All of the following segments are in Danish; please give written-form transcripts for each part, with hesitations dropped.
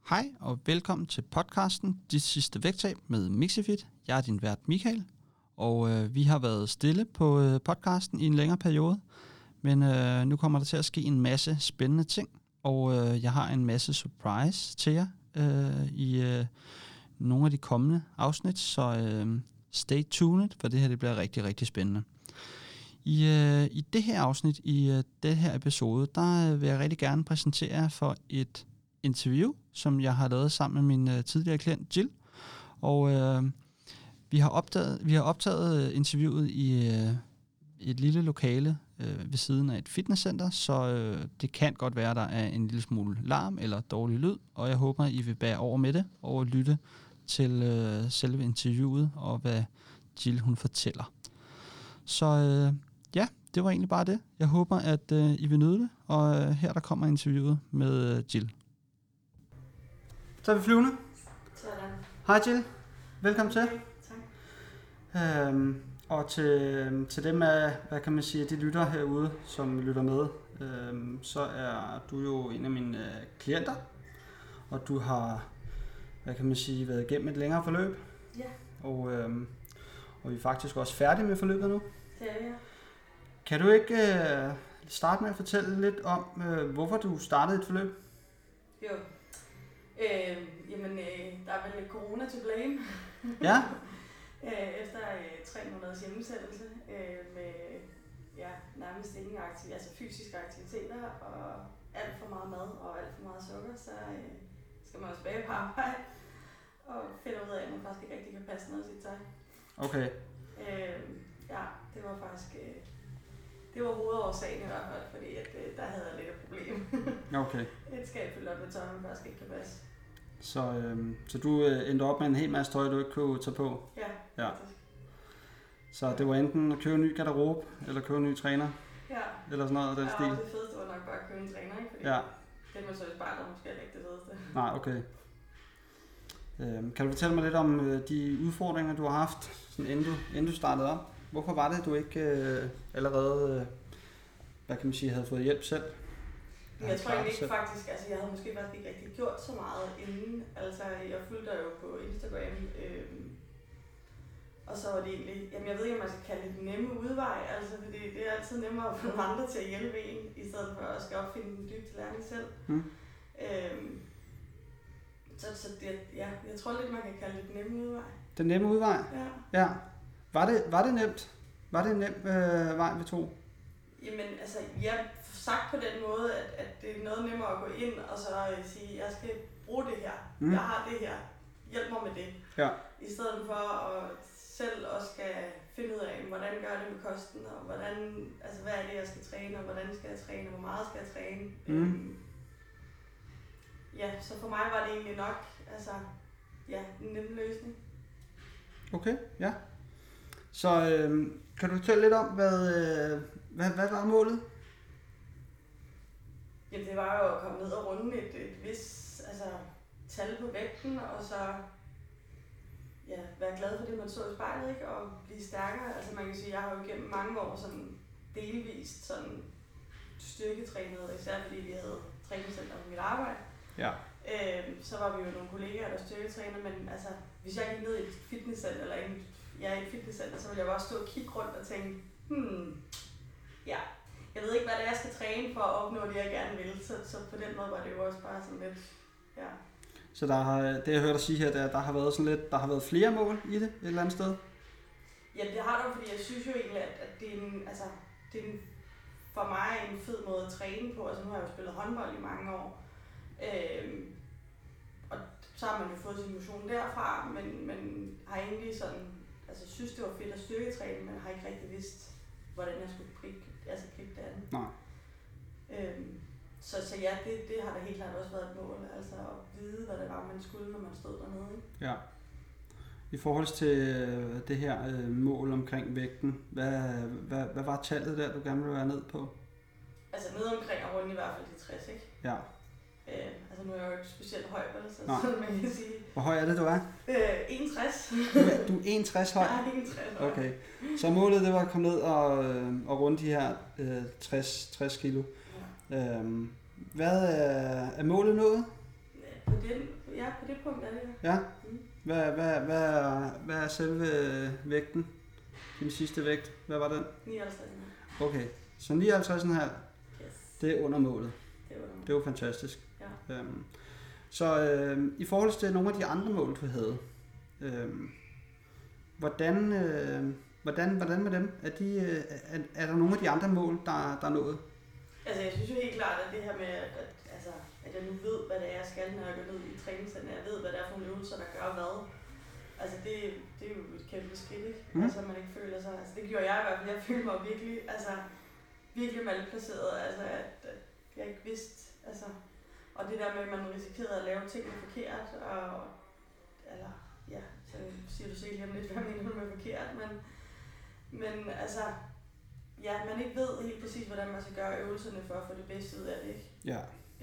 Hej og velkommen til podcasten Dit sidste vægttab med Mixifit. Jeg er din vært Michael, og vi har været stille på podcasten i en længere periode, men nu kommer der til at ske en masse spændende ting, og jeg har en masse surprise til jer i nogle af de kommende afsnit, så stay tuned, for det her det bliver rigtig, rigtig spændende. I det her afsnit, i det her episode, der vil jeg rigtig gerne præsentere jer for et interview, som jeg har lavet sammen med min tidligere klient Jill. Og vi har optaget interviewet i et lille lokale ved siden af et fitnesscenter, så det kan godt være, der er en lille smule larm eller dårlig lyd, og jeg håber, I vil bære over med det og lytte til selve interviewet og hvad Jill hun fortæller. Så ja, det var egentlig bare det. Jeg håber, at I vil nyde det, og her der kommer interviewet med Jill. Så er vi flyvende. Sådan. Hej Jill, velkommen til. Tak. Og til dem af, hvad kan man sige, de lytter herude, som lytter med, så er du jo en af mine klienter, og du har, hvad kan man sige, været igennem et længere forløb. Ja. Og vi er faktisk også færdige med forløbet nu. Det er jeg. Kan du ikke starte med at fortælle lidt om, hvorfor du startede et forløb? Jo. Der er vel lidt corona til blame. Ja. Efter 3 måneders hjemmesættelse med nærmest ingen fysiske aktiviteter og alt for meget mad og alt for meget sukker, så skal man også tilbage på arbejde og finde ud af, at man faktisk ikke rigtig kan passe noget af sit tøj. Okay. Det var faktisk det var hovedårsagen i hvert fald, fordi at, der havde jeg lidt et problem. Okay. Et skab fyldt op med tøj, man faktisk ikke kan passe. Så du endte op med en hel masse tøj, du ikke kunne tage på? Ja, faktisk. Så det var enten at købe en ny garderobe, eller købe en ny træner? Ja. Eller sådan noget af den stil? Ja, det fedeste var nok bare at købe en træner, ikke? Fordi det man så i spejlet måske ikke det fedeste. Nej, okay. Kan du fortælle mig lidt om de udfordringer, du har haft, sådan inden du startede op? Hvorfor var det, du ikke allerede, hvad kan man sige, havde fået hjælp selv? Jeg tror egentlig ikke faktisk, jeg havde måske faktisk ikke rigtig gjort så meget inden. Altså, jeg fulgte dig jo på Instagram, og så var det egentlig, jeg ved ikke, om man skal kalde det den nemme udvej, altså, fordi det er altid nemmere at få nogle andre til at hjælpe en, i stedet for at skal opfinde den dybe læring selv. Jeg tror lidt, man kan kalde det den nemme udvej. Den nemme udvej? Ja. Var det nemt? Var det en nem vej, vi tog? Jamen, altså, jeg sagt på den måde, at det er noget nemmere at gå ind og så sige, jeg skal bruge det her, jeg har det her, hjælp mig med det. Ja. I stedet for at selv også skal finde ud af, hvordan gør det med kosten, og hvordan, altså, hvad er det, jeg skal træne, og hvordan skal jeg træne, og hvor meget skal jeg træne. Så for mig var det egentlig nok, en nem løsning. Okay, ja. Så kan du fortælle lidt om, hvad var målet? Jamen det var jo at komme ned og runde et vist tal på vægten, og så være glad for det, man så i spejlet, ikke? Og blive stærkere. Altså man kan sige, jeg har jo igennem mange år sådan delvist sådan styrketrænet, især fordi vi havde træningscenter på mit arbejde. Ja. Så var vi jo nogle kollegaer, der styrketræner, men altså hvis jeg gik ned i et fitnesscenter, eller i et fitnesscenter, så ville jeg bare stå og kigge rundt og tænke, jeg ved ikke, hvad det er, jeg skal træne for at opnå det, jeg gerne vil. Så på den måde var det jo også bare sådan lidt, Så det jeg hørte dig sige her, det er, at der har været flere mål i det et eller andet sted? Ja, det har du, fordi jeg synes jo egentlig, at det er for mig en fed måde at træne på. Altså nu har jeg jo spillet håndbold i mange år. Og så har man jo fået sin motion derfra, men har egentlig sådan, synes det var fedt at styrketræne, men har ikke rigtig vidst, hvordan jeg skulle gribe det an. Nej. Så det har da helt klart også været et mål, altså at vide, hvad det var, man skulle, når man stod dernede. Ikke? Ja. I forhold til det her mål omkring vægten, hvad var tallet der, du gerne ville være ned på? Altså nede omkring og rundt i hvert fald de 60, ikke? Ja. Nu er jeg jo ikke specielt høj, så man kan sige. Hvor høj er det, du er? 61. Du er 61 høj? Ja, 61 høj. Okay. Så målet det var at komme ned og runde de her 60 kilo. Ja. Hvad er målet nået? På ja, på det punkt er det. Ja. Hvad er selve vægten? Din sidste vægt, hvad var den? 59,5. Okay, så 59,5, Yes. det er under målet. Det er jo fantastisk. Ja. Så i forhold til nogle af de andre mål, du havde, hvordan med dem? Er der nogle af de andre mål, der er nået? Altså jeg synes jo helt klart, at det her med, at jeg nu ved, hvad det er, jeg skal, når jeg går ned i træningscenter. Jeg ved, hvad det er for nogle øvelser, der gør hvad. Altså det er jo et kæmpe skridt, ikke? Altså man ikke føler sig, altså det gjorde jeg i hvert fald. Jeg følte mig virkelig malplaceret, altså at jeg ikke vidste, altså. Og det der med, at man risikerede at lave tingene forkert, så siger du selv lige om lidt, hvad mener du med forkert, men altså, ja, man ikke ved helt præcis, hvordan man skal gøre øvelserne for at få det bedste ud af det, ikke? Ja.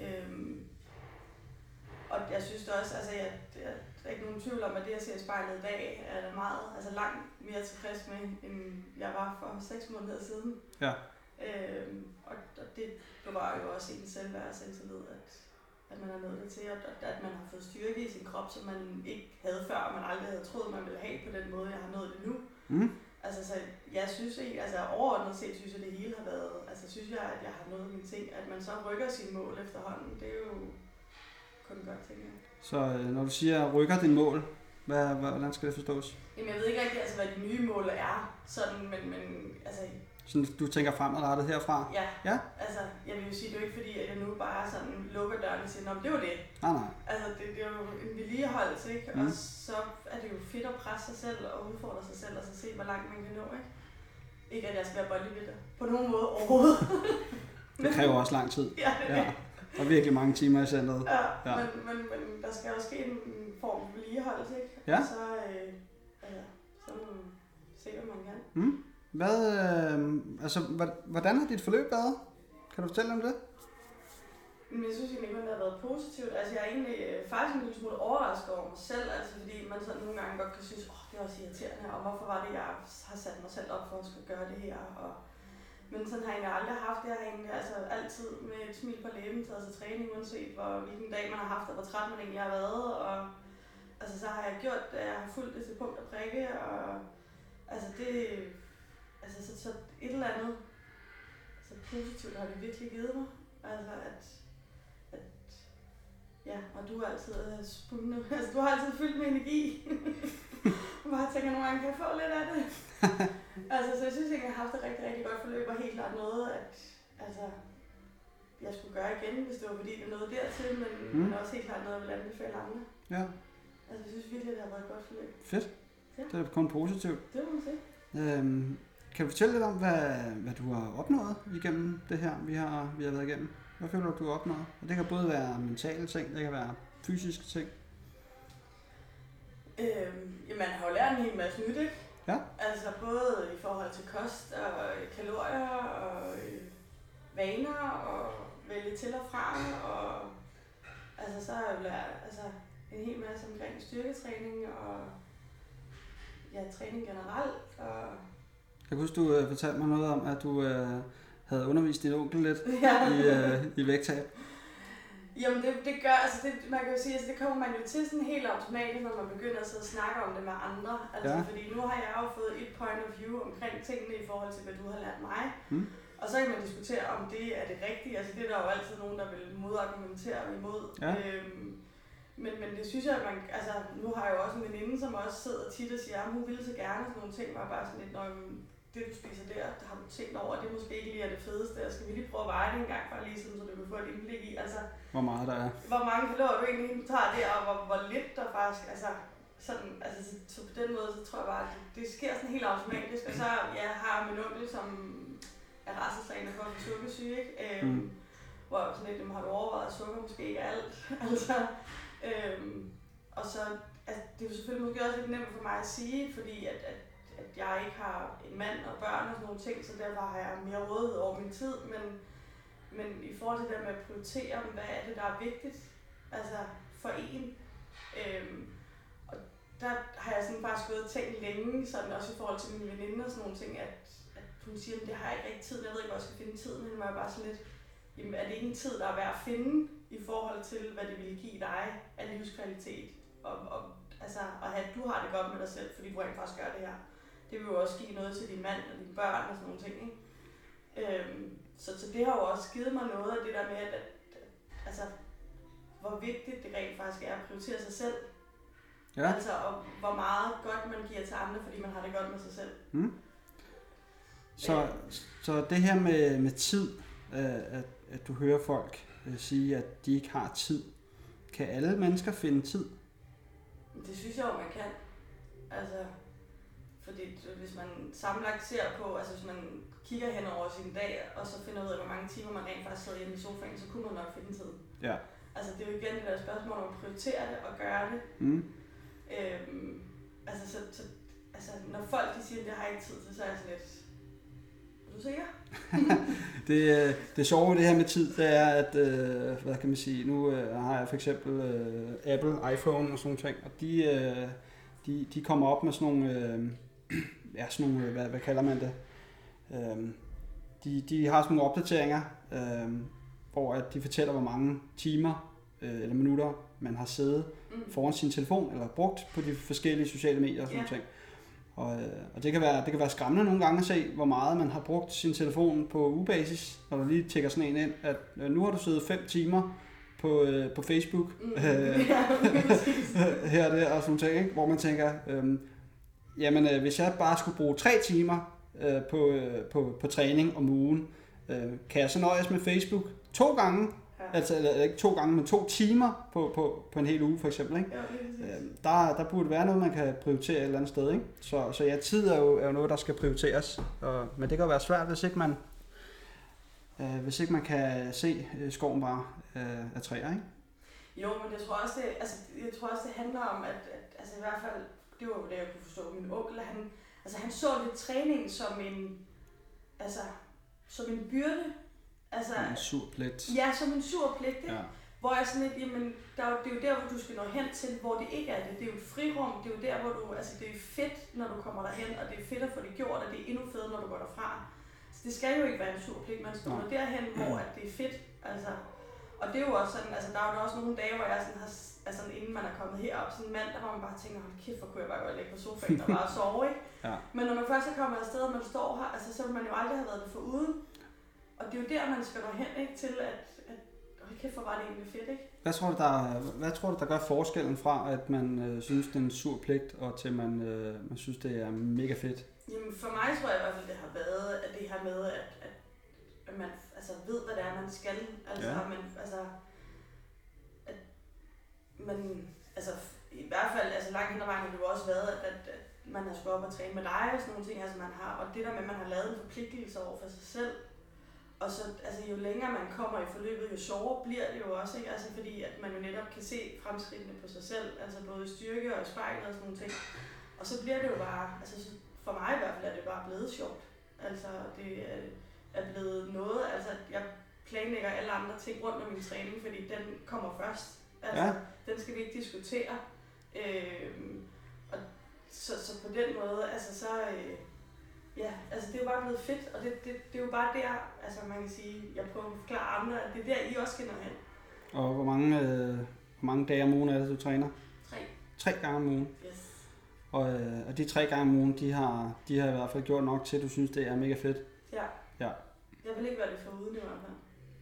Og jeg synes da også, altså der er ikke nogen tvivl om, at det jeg ser i spejlet i dag, er meget, altså langt mere tilfreds med, end jeg var for 6 måneder siden. Ja. Og det bevarer jo også en selvværd og selvtillid, at man har nået det til, og at man har fået styrke i sin krop, som man ikke havde før, og man aldrig havde troet, man ville have på den måde, jeg har nået det nu. Altså, så jeg synes ikke, altså overordnet set synes jeg, det hele har været, altså synes jeg, at jeg har nået mine ting, at man så rykker sine mål efterhånden, det er jo kun godt, tænker jeg. Så når du siger, rykker din mål, hvordan skal det forstås? Jamen jeg ved ikke rigtig, altså, hvad de nye mål er, sådan, men altså. Så du tænker fremadrettet herfra? Ja. Altså, jeg vil jo sige, det er jo ikke fordi, at jeg nu bare sådan lukker døren og siger, nå, det var det. Nej. Altså, det er jo en vedligeholdelse, ikke? Og så er det jo fedt at presse sig selv og udfordre sig selv, og så se, hvor langt man kan nå, ikke? Ikke, at jeg skal være bodybuilder. På nogen måde overhovedet. Det kræver også lang tid. Ja, det er. Og virkelig mange timer i centret. Ja. Men der skal også ske en form for vedligeholdelse, ikke? Ja. Og så må man se, hvad man kan. Hvordan har dit forløb været? Kan du fortælle om det? Men jeg synes egentlig kun, det har været positivt. Altså jeg er egentlig faktisk en lille smule overrasket over mig selv, altså fordi man sådan nogle gange godt kan synes, det er også irriterende, og hvorfor var det, jeg har sat mig selv op for at skulle gøre det her. Men sådan har jeg egentlig aldrig haft det. Jeg har egentlig altid med et smil på læben taget til træning, uanset hvilken dag man har haft, og hvor træt man egentlig har været. Og altså så har jeg gjort det, jeg har fulgt det til punkt og prikke, og altså det. Altså så et eller andet så positivt har det virkelig givet mig. Altså at ja, og du har altid spundet, altså du har altid fyldt med energi. Jeg bare tænker, nogle gange kan jeg få lidt af det. Altså så jeg synes ikke, jeg har haft et rigtig, rigtig godt forløb, og helt klart noget, at altså jeg skulle gøre igen, hvis det var fordi det nåede dertil, men også helt klart noget, jeg vil anbefale andre. Ja. Altså jeg synes virkelig, det har været et godt forløb. Fedt. Ja. Det er kun positivt. Det må man sige. Kan du fortælle lidt om, hvad du har opnået igennem det her, vi har været igennem? Hvad føler du har opnået? Og det kan både være mentale ting, det kan være fysiske ting. Jamen, man har jo lært en hel masse nyt, ikke? Ja. Altså både i forhold til kost og kalorier og vaner og vælge til og fra. Og altså så har jeg jo lært en hel masse omkring styrketræning og træning generelt. Og jeg kan huske, du fortalte mig noget om, at du havde undervist din onkel lidt i vægttab. Jamen det gør, man kan jo sige, det kommer man jo til sådan helt automatisk, når man begynder at sidde og snakke om det med andre. Altså fordi nu har jeg jo fået et point of view omkring tingene i forhold til, hvad du har lært mig. Og så kan man diskutere, om det er det rigtige. Altså det er der jo altid nogen, der vil modargumentere imod. Ja. Men det synes jeg, at man, altså nu har jeg jo også en veninde, som også sidder tit og siger, at hun ville så gerne sådan nogle ting, var bare sådan lidt, når det du spiser der, det har du tænkt over, det måske ikke lige er det fedeste, og skal vi lige prøve at veje det en gang, bare lige sådan, så du kan få et indblik i, altså hvor meget der er. Hvor mange kalorier du egentlig tager der, og hvor lidt der faktisk, så på den måde, så tror jeg bare, at det sker sådan helt automatisk, og så har min onkel, som er rejsetræner for at få sukkersyge, ikke? Hvor sådan lidt, har du overvejet, at sukker måske ikke er alt, og så, det er jo selvfølgelig måske også lidt nemt for mig at sige, fordi at jeg ikke har en mand og børn og sådan nogle ting, så derfor har jeg mere rådighed over min tid, men i forhold til det med at prioritere, hvad er det, der er vigtigt, altså for en, og der har jeg sådan faktisk gået og tænkt længe, sådan også i forhold til mine veninder og sådan nogle ting, at hun siger, at det har jeg ikke rigtig tid, jeg ved ikke, hvor jeg skal finde tiden, men jeg bare sådan lidt, jamen er det ikke en tid, der er værd at finde i forhold til, hvad det ville give dig af livskvalitet? livskvalitet, og at du har det godt med dig selv, fordi du rent faktisk gør det her. Det vil jo også give noget til din mand og dine børn og sådan nogle ting, ikke? Så det har jo også givet mig noget af det der med, at altså, hvor vigtigt det rent faktisk er at prioritere sig selv. Ja. Altså, og hvor meget godt man giver til andre, fordi man har det godt med sig selv. Mm. Så det her med tid, at du hører folk sige, at de ikke har tid. Kan alle mennesker finde tid? Det synes jeg jo, man kan. Altså, fordi hvis man sammenlagt ser på, altså hvis man kigger hen over sin dag, og så finder ud af, hvor mange timer man rent faktisk sidder hjemme i sofaen, så kunne man nok finde tid. Ja. Altså det er jo igen det der spørgsmål om at prioritere det og gøre det. Mm. Altså når folk de siger, at jeg har ikke tid til, så er jeg sådan lidt, er du sikker? det sjove ved det her med tid, det er, at hvad kan man sige, nu har jeg for eksempel Apple, iPhone og sådan nogle ting, og de kommer op med sådan nogle, hvad kalder man det? De har sådan nogle opdateringer, hvor at de fortæller, hvor mange timer eller minutter man har siddet foran sin telefon eller brugt på de forskellige sociale medier og sådan noget ting. Og det kan være skræmmende nogle gange at se, hvor meget man har brugt sin telefon på ugebasis, når der lige tækker sådan en ind, at nu har du siddet 5 timer på Facebook her og der og sådan ting, ikke? Hvor man tænker, jamen hvis jeg bare skulle bruge 3 timer på træning om ugen, kan jeg så nøjes med Facebook 2 gange? Ja. Altså ikke 2 gange, men 2 timer på en hel uge for eksempel, ikke? Ja, der burde være noget, man kan prioritere et eller andet sted, ikke? Så ja, tid er jo noget, der skal prioriteres, men det kan være svært, hvis ikke man kan se skoven bare af træer, ikke? Jo, men jeg tror også det handler om, at altså i hvert fald, det var jo det, jeg kunne forstå, min onkel, han så lidt træning som en byrde. Altså, en sur pligt. Ja, som en sur pligt, ikke? Ja. Hvor jeg sådan lidt, jamen, det er jo der, hvor du skal nå hen til, hvor det ikke er det. Det er jo et frirum, det er jo der, hvor det er fedt, når du kommer derhen, og det er fedt at få det gjort, og det er endnu federe, når du går derfra. Så det skal jo ikke være en sur pligt, man skal nå derhen, hvor at det er fedt, altså. Og det er jo også sådan, altså der er jo også nogle dage, hvor jeg sådan har, altså inden man er kommet herop, sådan en mand, der hvor man bare tænker, hold kæft, hvor kunne jeg bare godt ligge på sofaen og bare sove, ikke? Ja. Men når man først er kommet afsted, og man står her, altså så vil man jo aldrig have været det foruden. Og det er jo der, man skal nå hen, ikke? Til at hold kæft, hvor var det egentlig fedt, ikke? Hvad tror du, der gør forskellen fra, at man synes, det er en sur pligt, og til man synes, det er mega fedt? Jamen for mig tror jeg i hvert fald, det har været, at det her med, at man altså ved, hvad det er, man skal. Altså, ja. I hvert fald, altså langt hen ad vejen har det jo også været, at man har skulle op og træne med dig og sådan nogle ting, altså man har, og det der med, at man har lavet en forpligtelse over for sig selv. Og så, altså jo længere man kommer i forløbet, jo sjovere bliver det jo også, ikke? Altså fordi, at man jo netop kan se fremskridtene på sig selv, altså både i styrke og i spejlet og sådan nogle ting. Og så bliver det jo bare, altså for mig i hvert fald er det bare blevet sjovt. Altså det er blevet noget, altså jeg planlægger alle andre ting rundt om min træning, fordi den kommer først. Altså den skal vi ikke diskutere. Og så på den måde, altså så... Ja, altså det er jo bare blevet fedt, og det er jo bare der, altså man kan sige, jeg prøver at forklare andre, at det er der, I også skal nå hen. Og hvor mange dage om ugen er det, du træner? 3. 3 gange om ugen? Yes. Og de 3 gange om ugen, de har i hvert fald gjort nok til, at du synes, det er mega fedt? Ja. Jeg vil ikke være det foruden i hvert fald.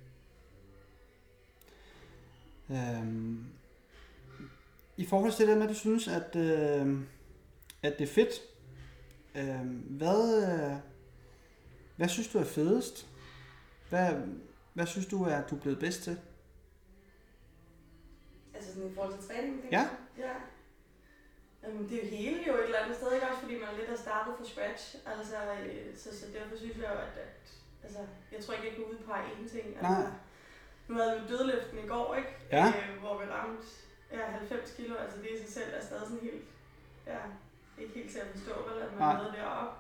I forhold til det med, at du synes, at det er fedt, hvad synes du er fedest? Hvad synes du er, du er blevet bedst til? Altså sådan i forhold til træning? Ja. Det er jo hele jo et eller andet sted, ikke også? Fordi man lidt har startet fra scratch. Altså, så derfor synes jeg jo, at altså, jeg tror ikke, jeg kan udpege én ting. Altså, nu havde vi dødløften i går, ikke? Ja. Hvor vi ramte 90 kilo. Altså det i sig selv er stadig sådan helt... Ja, ikke helt til at forstå, at man er nede deroppe.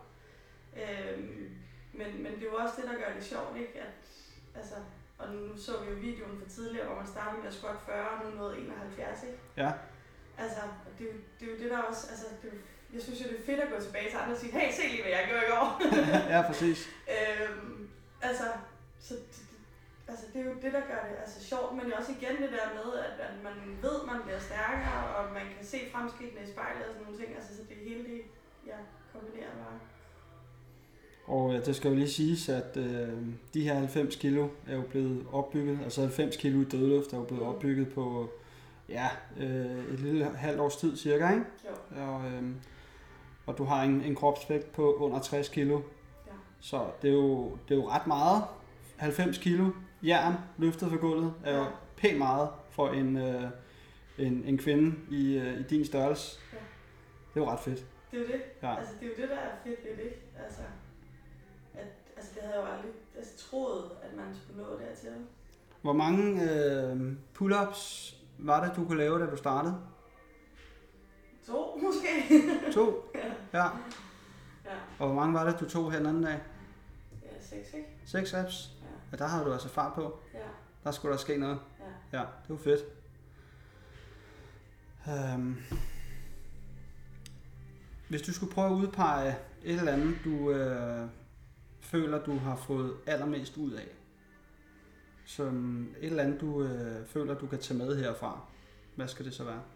Men det er jo også det, der gør det sjovt, ikke? At, altså, og nu så vi jo videoen fra tidligere, hvor man startede med at squat 40, og nu nåede 71, ikke? Ja. Altså, det er jo det, der også... Altså, jeg synes jo, det er fedt at gå tilbage til andre og sige, hey, se lige, hvad jeg gjorde i går. Ja, præcis. Altså, så altså det er jo det, der gør det altså sjovt, men også igen det der med, at man ved, man bliver stærkere, og man kan se fremskridtene i spejlet og sådan nogle ting, altså så det hele det, ja, kombinerer bare. Og det skal jo lige siges, at de her 90 kilo er jo blevet opbygget, altså 90 kilo i dødløft er jo blevet opbygget på et lille halvt års tid cirka, ikke? Jo. Og du har en kropsvægt på under 60 kilo, så det er jo ret meget. 90 kilo jern løftet fra gulvet er jo pænt meget for en kvinde i din størrelse. Ja. Det er jo ret fedt. Det er jo det. Ja. Altså det er jo det, der er fedt ved det. Altså det havde jeg jo aldrig troet, at man skulle nå dertil. Hvor mange pull-ups var det, du kunne lave, da du startede? 2 måske. 2? Ja. Og hvor mange var det, du tog her den anden dag? Ja, 6, ikke? 6 reps? Ja, der havde du altså fart på. Ja. Der skulle der ske noget. Ja. Ja, det var fedt. Hvis du skulle prøve at udpege et eller andet, du føler, du har fået allermest ud af, som et eller andet, du føler, du kan tage med herfra, hvad skal det så være?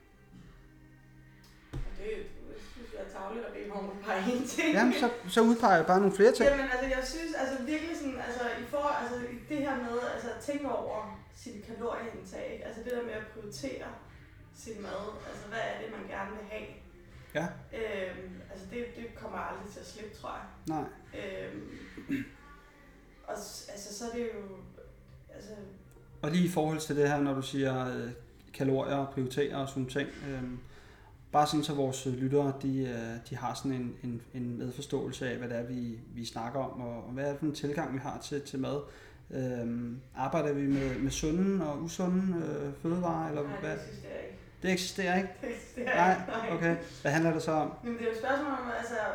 Det synes jeg er tarveligt at bede mig om at pege en ting. Jamen, så udpeger jeg bare nogle flere ting. Jamen, altså, jeg synes virkelig sådan, i det her med at tænke over sin kalorieindtag, altså det der med at prioritere sin mad, altså hvad er det, man gerne vil have? Ja. Altså det kommer aldrig til at slippe, tror jeg. Nej. Og altså så er det jo, altså... Og lige i forhold til det her, når du siger kalorier og prioritere og sådan ting, bare sådan så vores lyttere, de har sådan en medforståelse af, hvad det er, vi snakker om, og hvad er det for en tilgang, vi har til mad. Arbejder vi med sunde og usunde fødevarer? Eller nej, hvad? Det eksisterer ikke. Det eksisterer ikke? Det eksisterer ikke. Nej, okay. Hvad handler det så om? Men det er jo et spørgsmål om,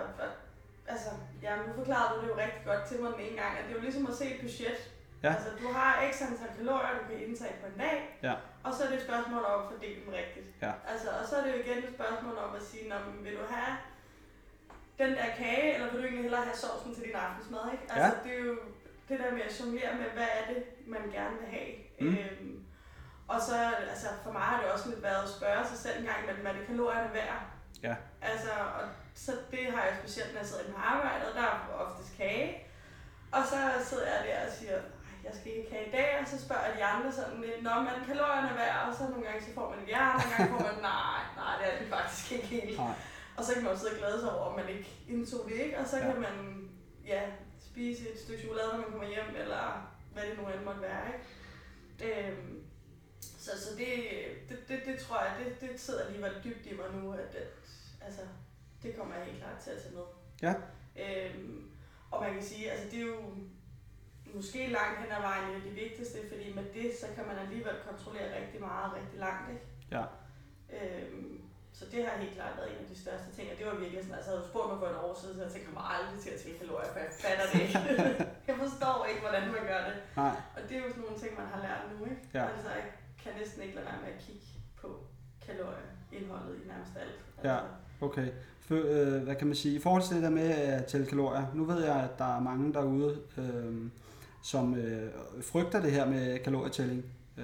nu forklarede du det jo rigtig godt til mig den ene gang, at det er jo ligesom at se et budget. Ja. Altså, du har x antal kalorier, du kan indtage på en dag, ja. Og så er det et spørgsmål om at fordele dem rigtigt. Ja. Altså, og så er det jo igen et spørgsmål om at sige, vil du have den der kage, eller vil du egentlig hellere have sovsen til din aftensmad, ikke? Altså, det er jo det der med at jonglere med, hvad er det, man gerne vil have. Og så, altså for mig har det også lidt været at spørge sig selv en gang, hvad er det kalorierne værd? Ja. Altså, og så det har jeg specielt, når jeg sidder inde på arbejdet, der er oftest kage. Og så sidder jeg der og siger, jeg skal ikke have kage i dag, og så spørger de andre sådan lidt, nå, men kalorierne værd? Og så nogle gange så får man et ja, og nogle gange får man, nej, det er det faktisk ikke helt. Nej. Og så kan man jo sidde og glæde sig over, at man ikke indtog det, ikke? Og så kan man, spise et stykke chokolade, når man kommer hjem, eller hvad det nu end måtte være, ikke? Så det tror jeg, det sidder alligevel dybt i mig nu, at det kommer jeg helt klart til at tage med. Ja. Og man kan sige, altså det er jo måske langt hen ad vejen det vigtigste, fordi med det, så kan man alligevel kontrollere rigtig meget, rigtig langt, ikke? Ja. Så det har helt klart været en af de største ting, og det var virkelig sådan, altså havde du spurgt mig for et år siden, så jeg tænkte, jeg kommer aldrig til at tælle kalorier, for jeg fatter det ikke. Jeg forstår ikke, hvordan man gør det. Nej. Og det er jo sådan nogle ting, man har lært nu, ikke? Ja. Altså jeg kan næsten ikke lade være med at kigge på kalorieindholdet i nærmest alt. Altså. Ja, okay. Hvad kan man sige? I forhold til det der med at tælle kalorier, nu ved jeg, at der er mange derude, som frygter det her med kalorietælling.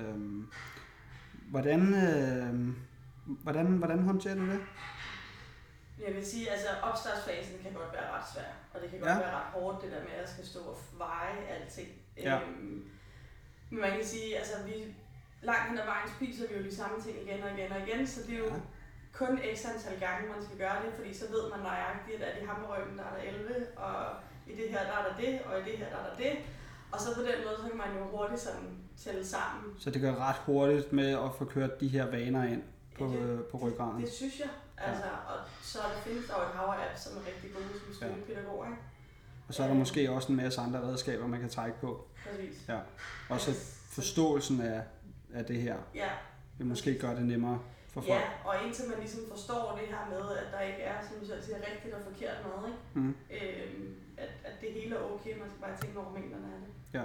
Hvordan håndterer du det? Jeg vil sige, altså opstartsfasen kan godt være ret svær, og det kan godt være ret hårdt, det der med, at jeg skal stå og veje alting. Ja. Men man kan sige, altså vi langt hen ad vejen spiser vi jo de samme ting igen og igen og igen, så det er jo kun x antal gange, man skal gøre det, fordi så ved man nøjagtigt, at i hammerryggen der er der 11, og i det her der er der det, og i det her der er der det. Og så på den måde, så kan man jo hurtigt sådan tælle sammen. Så det går ret hurtigt med at få kørt de her vaner ind på ryggraden? Det synes jeg. Altså, og så findes der jo et hav af apps, som er rigtig gode som støttepædagoger, ikke? Og så er der måske også en masse andre redskaber, man kan trække på. Præcis. Ja. Og så forståelsen af det her vil måske gøre det nemmere for folk. Ja, og indtil man ligesom forstår det her med, at der ikke er, som du selv siger, rigtigt og forkert mad, ikke? At det hele er okay, man skal bare tænke over mængderne af det. Ja.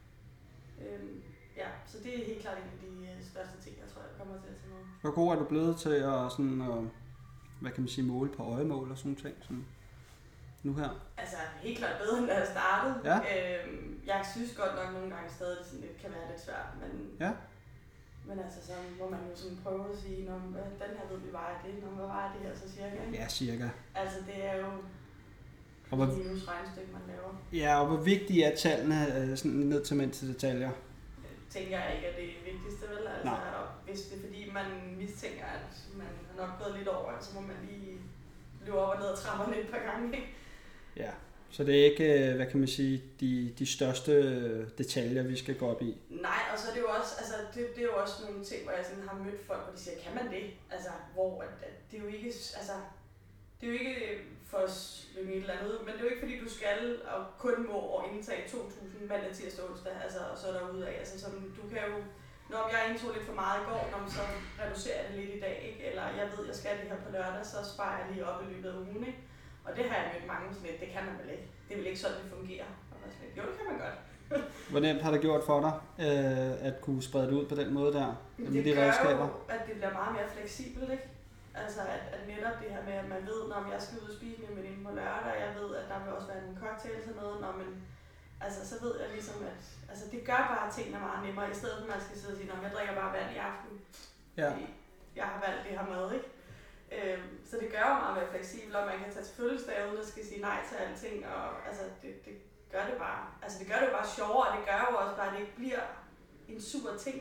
Så det er helt klart en af de største ting, jeg tror, jeg kommer til at tage med. Hvor god er du blevet til at sådan, hvad kan man sige, måle på øjemål og sådan ting, sådan nu her? Altså helt klart bedre, end da jeg startede. Ja. jeg synes godt nok nogle gange stadig, det sådan lidt kan være lidt svært, men altså så må man jo sådan prøve at sige, den her ved vi vejer det, hvad vejer det her så cirka? Ikke? Ja, cirka. Altså det er jo minus regnestykke, man laver. Ja, og hvor vigtige er tallene sådan ned til mindste detaljer? Tænker jeg ikke, at det er det vigtigste, vel? Altså, hvis det er fordi, man mistænker, at man har nok gået lidt over, så må man lige løbe op og ned og trapperne et par gange, ikke? Ja, så det er ikke, hvad kan man sige, de største detaljer, vi skal gå op i? Nej, og så er det jo også, altså, det er jo også nogle ting, hvor jeg sådan har mødt folk, hvor de siger, kan man det? Altså, hvor det er jo ikke, altså, det er jo ikke for at slynge et eller andet ud, men det er jo ikke fordi, du skal og kun må indtage 2.000 mandag, tirsdag, onsdag, altså, og så derudad. Altså, så du kan jo, når jeg indtog lidt for meget i går, så reducerer jeg det lidt i dag, ikke? Eller jeg ved, jeg skal det her på lørdag, så sparer jeg lige op i løbet af ugen, ikke? Og det har jeg mødt mange sådan lidt, det kan man vel ikke. Det er vel ikke sådan, det fungerer. Og sådan lidt, jo, det kan man godt. Hvor nemt har det gjort for dig, at kunne sprede det ud på den måde der? Det de gør jo, at det bliver meget mere fleksibelt, ikke? Altså at netop det her med, at man ved, når jeg skal ud og spise med en veninde på lørdag, jeg ved, at der vil også være nogle cocktails og noget, altså så ved jeg ligesom, at altså, det gør bare tingene meget nemmere, i stedet for at man skal sidde og sige, jeg drikker bare vand i aften, fordi jeg har valgt det her mad, ikke? Så det gør jo meget mere fleksibelt, og man kan tage til fødselsdag uden at skal sige nej til alting, og altså det gør det bare, altså det gør det jo bare sjovere, og det gør jo også bare, at det ikke bliver en super ting.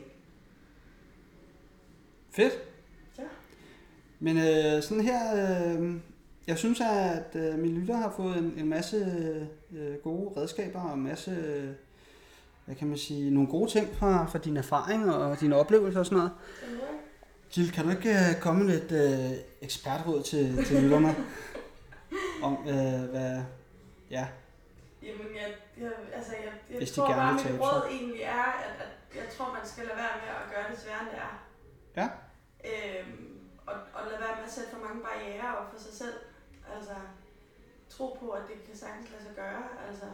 Fedt! Ja. Men sådan her, jeg synes, at mine lyttere har fået en masse gode redskaber og en masse, hvad kan man sige, nogle gode ting fra dine erfaringer og dine oplevelser og sådan noget. Jill, kan du ikke komme med lidt ekspertråd til lytterne om, hvad, ja. Jamen, jeg tror bare, mit råd egentlig er, at jeg tror, man skal lade være med at gøre det sværere, end det er. Ja. Og lade være med at sætte for mange barrierer op for sig selv. Altså, tro på, at det kan sagtens lade sig gøre. Altså,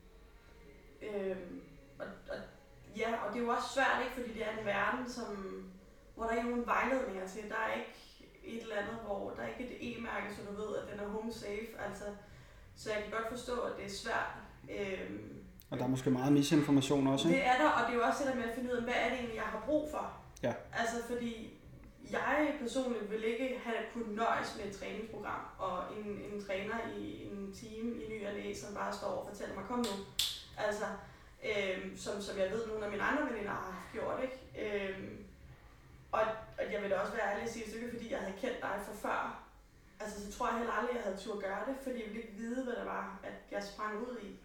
og det er jo også svært, ikke? Fordi det er en verden, hvor der ikke er nogen vejledninger til. Der er ikke et eller andet, hvor der er ikke et e-mærke, så du ved, at den er home safe. Altså, så jeg kan godt forstå, at det er svært. Og der er måske meget misinformation også, ikke? Det er der, og det er jo også det der med at finde ud af, hvad er det egentlig, jeg har brug for. Ja. Altså, fordi jeg personligt vil ikke have kunnet nøjes med et træningsprogram og en træner i en time i ny og næ, som bare står og fortæller mig, kom nu. Altså, som jeg ved, nogle af mine andre veninder har gjort, ikke? Og jeg vil da også være ærlig at sige, det er ikke fordi, jeg havde kendt dig fra før. Altså, så tror jeg heller aldrig, jeg havde tur gøre det, fordi jeg ville ikke vide, hvad det var, at jeg sprang ud i.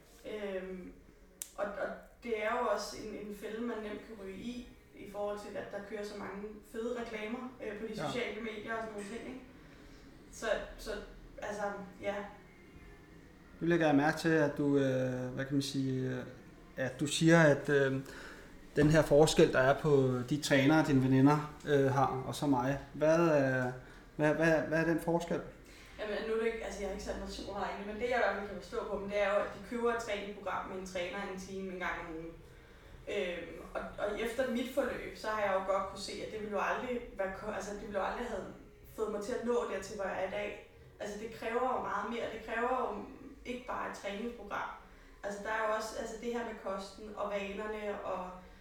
Og det er jo også en fælde, man nemt kan ryge i forhold til, at der kører så mange fede reklamer på de sociale medier og sådan nogle ting, ikke? Så altså, ja. Nu lægger jeg mærke til, at du, hvad kan man sige, at du siger, at den her forskel, der er på de trænere, dine veninder har, og så mig. Hvad er den forskel? Jamen, nu er det ikke, altså jeg har ikke sat mig super meget ind, men det jeg i hvert fald kan forstå på dem, det er jo, at de køber et træningsprogram med en træner en time en gang om ugen. Og efter mit forløb, så har jeg jo godt kunne se, at det ville jo aldrig være, altså det ville jo aldrig have fået mig til at nå dertil, hvor jeg er i dag. Altså det kræver jo meget mere, det kræver jo ikke bare et træningsprogram. Altså der er jo også altså det her med kosten og vanerne og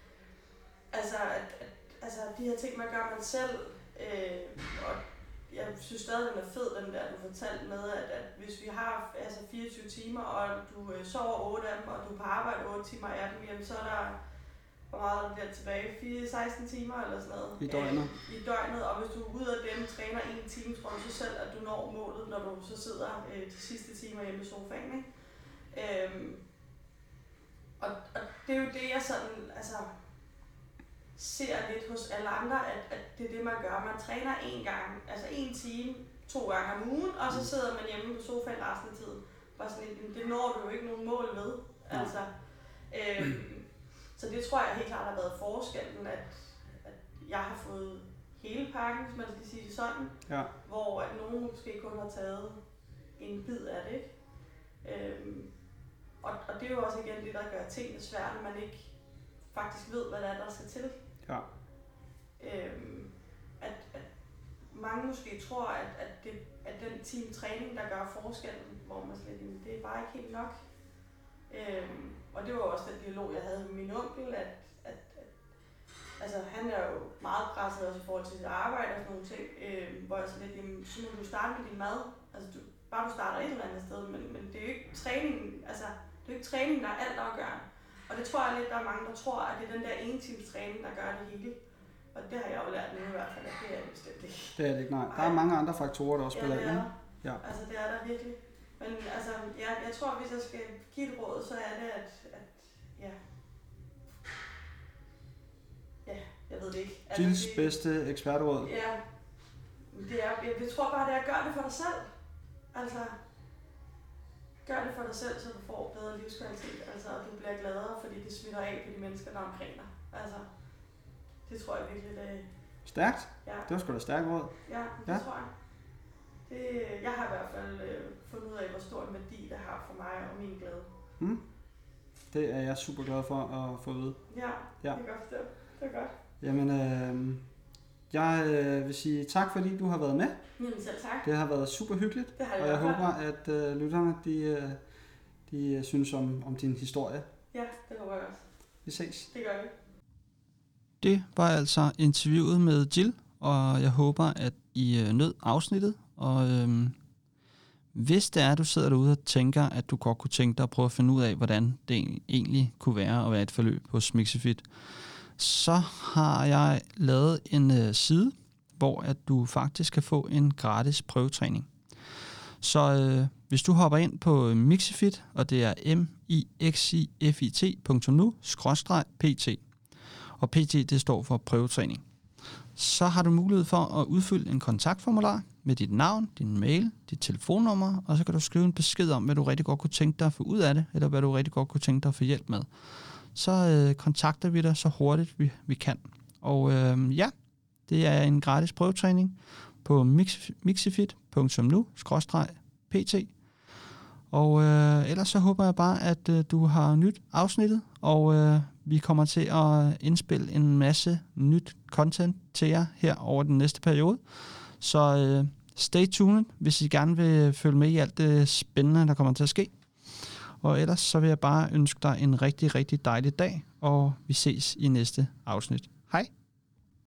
altså de her ting, man gør man selv. Og jeg synes stadig, den er fed, den der, du fortalte med, at hvis vi har altså 24 timer, og du sover 8 af dem, og du er på arbejde 8 timer af dem, jamen, så er der, hvor meget der bliver tilbage, 16 timer eller sådan noget. I døgnet. I døgnet, og hvis du ud af dem træner 1 time, tror du så selv, at du når målet, når du så sidder de sidste timer hjemme i sofaen, ikke? Og det er jo det, jeg sådan, altså, ser lidt hos alle andre, at det er det, man gør. Man træner 1 gang, altså 1 time, 2 gange om ugen, og så sidder man hjemme på sofaen resten af tiden. Bare sådan, det når du jo ikke nogen mål ved. Altså, så det tror jeg helt klart har været forskellen, at jeg har fået hele pakken, hvis man skal sige det sådan, hvor at nogen måske kun har taget en bid af det, ikke? Og det er jo også igen det, der gør tingene svært, når man ikke faktisk ved, hvad der er, der skal til. Ja. At mange måske tror, at den time træning, der gør forskellen, hvor man slet ikke, det er bare ikke helt nok. Og det var også den dialog, jeg havde med min onkel, at altså, han er jo meget presset også i forhold til sit arbejde og sådan nogle ting, hvor jeg så lidt, jamen, så må du starte med din mad. Altså, bare du starter et eller andet sted, men det er jo ikke træningen, altså, det er jo ikke træningen, der er alt afgørende. Og det tror jeg lidt, der er mange, der tror, at det er den der ene times træning, der gør det hele. Og det har jeg jo lært nu i hvert fald, at det er det bestemt ikke. Det er det ikke, nej. Der er mange andre faktorer, der også spiller ind. Ja, altså det er der virkelig. Men altså, jeg tror, hvis jeg skal give et råd, så er det, at jeg ved det ikke. Jills bedste ekspertråd? Ja, jeg tror bare, det er at gøre det for dig selv. Altså, gør det for dig selv, så du får bedre livskvalitet. Altså, og du bliver gladere, fordi det smitter af på de mennesker, der er omkring dig. Altså, det tror jeg virkelig, det er. Stærkt? Ja. Det var sgu da stærkt råd. Ja, det tror jeg. Jeg har i hvert fald fundet ud af, hvor stor en værdi det har for mig og min glæde. Det er jeg super glad for at få at vide. Ja, det er godt forstå. Det er godt. Jamen, jeg vil sige tak, fordi du har været med. Jamen selv tak. Det har været super hyggeligt. Det har og jeg håber, at lytterne de synes om din historie. Ja, det håber jeg også. Vi ses. Det gør vi. Det var altså interviewet med Jill, og jeg håber, at I nød afsnittet. Og hvis det er, at du sidder derude og tænker, at du godt kunne tænke dig at prøve at finde ud af, hvordan det egentlig kunne være at være et forløb hos Mixifit, så har jeg lavet en side, hvor at du faktisk kan få en gratis prøvetræning. Så hvis du hopper ind på Mixifit, og det er mixifit.nu/pt, og PT det står for prøvetræning, så har du mulighed for at udfylde en kontaktformular med dit navn, din mail, dit telefonnummer, og så kan du skrive en besked om, hvad du rigtig godt kunne tænke dig at få ud af det, eller hvad du rigtig godt kunne tænke dig at få hjælp med. Så kontakter vi dig så hurtigt vi kan. Og det er en gratis prøvetræning på mixifit.nu/pt. Og ellers så håber jeg bare, at du har nyt afsnittet, og vi kommer til at indspille en masse nyt content til jer her over den næste periode. Så stay tuned, hvis I gerne vil følge med i alt det spændende, der kommer til at ske. Og ellers så vil jeg bare ønske dig en rigtig, rigtig dejlig dag, og vi ses i næste afsnit. Hej!